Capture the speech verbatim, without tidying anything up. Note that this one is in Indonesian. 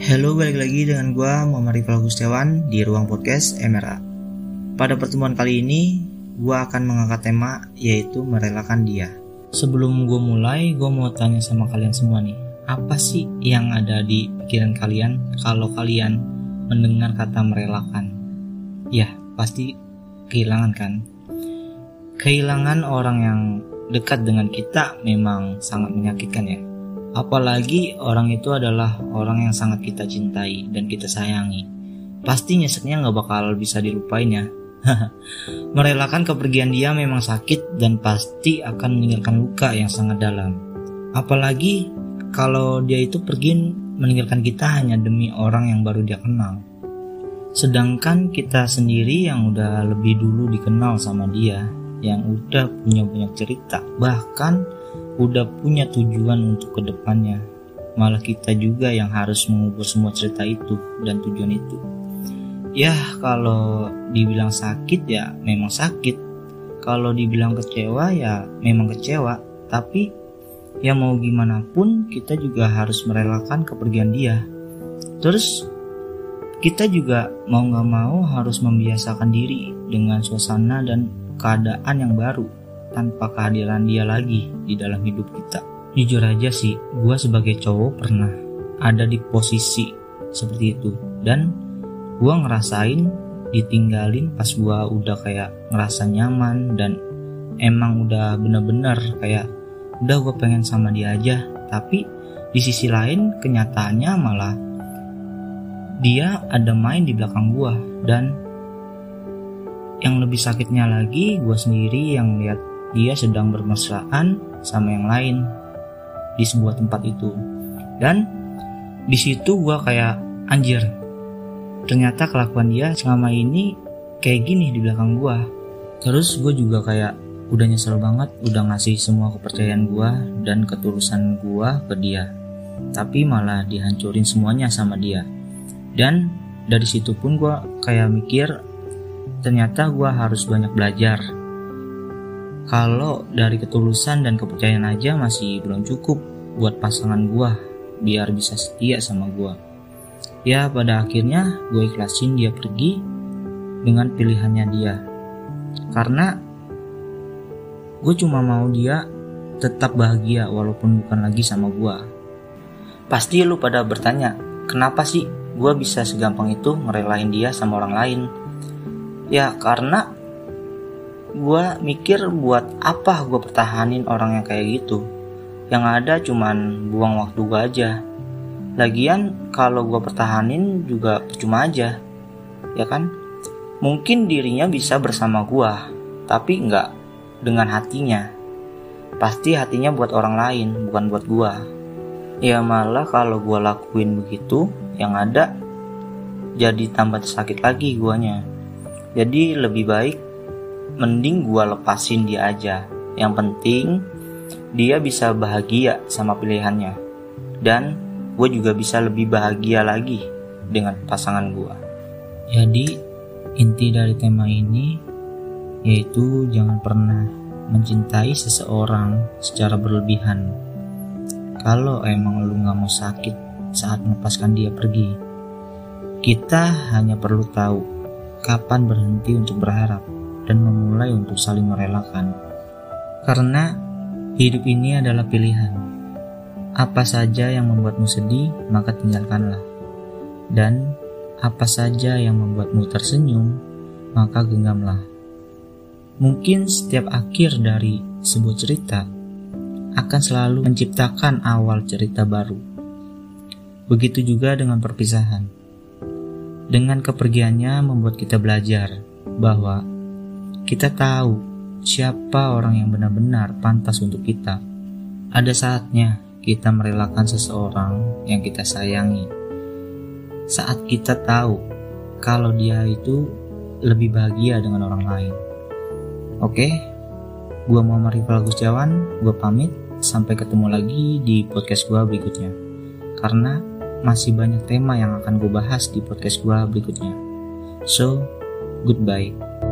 Halo, balik lagi dengan gue Muhammad Rifal Agustiawan di Ruang Podcast M R A. Pada pertemuan kali ini, gue akan mengangkat tema yaitu merelakan dia. Sebelum gue mulai, gue mau tanya sama kalian semua nih, apa sih yang ada di pikiran kalian kalau kalian mendengar kata merelakan? Ya, pasti kehilangan kan? Kehilangan orang yang dekat dengan kita memang sangat menyakitkan ya. Apalagi orang itu adalah orang yang sangat kita cintai dan kita sayangi. Pasti nyeseknya gak bakal bisa dilupain ya. Merelakan kepergian dia memang sakit dan pasti akan meninggalkan luka yang sangat dalam. Apalagi kalau dia itu pergi meninggalkan kita hanya demi orang yang baru dia kenal. Sedangkan kita sendiri yang udah lebih dulu dikenal sama dia, yang udah punya banyak cerita, bahkan udah punya tujuan untuk kedepannya. Malah kita juga yang harus mengubur semua cerita itu dan tujuan itu. Ya, kalau dibilang sakit ya memang sakit. Kalau dibilang kecewa ya memang kecewa. Tapi ya mau gimana pun kita juga harus merelakan kepergian dia. Terus kita juga mau gak mau harus membiasakan diri dengan suasana dan keadaan yang baru tanpa kehadiran dia lagi di dalam hidup kita. Jujur aja sih, gue sebagai cowok pernah ada di posisi seperti itu. Dan gue ngerasain ditinggalin pas gue udah kayak ngerasa nyaman dan emang udah bener-bener kayak udah gue pengen sama dia aja. Tapi di sisi lain kenyataannya malah dia ada main di belakang gue. Dan yang lebih sakitnya lagi, gue sendiri yang lihat dia sedang bermesraan sama yang lain di sebuah tempat itu. Dan di situ gue kayak anjir, ternyata kelakuan dia selama ini kayak gini di belakang gue. Terus gue juga kayak udah nyesel banget udah ngasih semua kepercayaan gue dan ketulusan gue ke dia, tapi malah dihancurin semuanya sama dia. Dan dari situ pun gue kayak mikir, ternyata gue harus banyak belajar. Kalau dari ketulusan dan kepercayaan aja masih belum cukup buat pasangan gue biar bisa setia sama gue. Ya pada akhirnya gue ikhlasin dia pergi dengan pilihannya dia. Karena gue cuma mau dia tetap bahagia walaupun bukan lagi sama gue. Pasti lu pada bertanya, kenapa sih gue bisa segampang itu ngerelain dia sama orang lain? Ya karena gue mikir buat apa gue pertahanin orang yang kayak gitu. Yang ada cuman buang waktu gue aja. Lagian kalau gue pertahanin juga percuma aja, ya kan? Mungkin dirinya bisa bersama gue, tapi nggak dengan hatinya. Pasti hatinya buat orang lain, bukan buat gue. Ya malah kalau gue lakuin begitu, yang ada jadi tambah sakit lagi guanya. Jadi lebih baik mending gue lepasin dia aja. Yang penting dia bisa bahagia sama pilihannya, dan gue juga bisa lebih bahagia lagi dengan pasangan gue. Jadi inti dari tema ini yaitu jangan pernah mencintai seseorang secara berlebihan. Kalau emang lu gak mau sakit saat melepaskan dia pergi, kita hanya perlu tahu kapan berhenti untuk berharap dan memulai untuk saling merelakan. Karena hidup ini adalah pilihan. Apa saja yang membuatmu sedih, maka tinggalkanlah. Dan apa saja yang membuatmu tersenyum, maka genggamlah. Mungkin setiap akhir dari sebuah cerita akan selalu menciptakan awal cerita baru. Begitu juga dengan perpisahan. Dengan kepergiannya membuat kita belajar bahwa kita tahu siapa orang yang benar-benar pantas untuk kita. Ada saatnya kita merelakan seseorang yang kita sayangi saat kita tahu kalau dia itu lebih bahagia dengan orang lain. Oke, gua Muhammad Rifal Agustiawan, gua pamit. Sampai ketemu lagi di podcast gua berikutnya. Karena masih banyak tema yang akan gua bahas di podcast gua berikutnya. So, goodbye.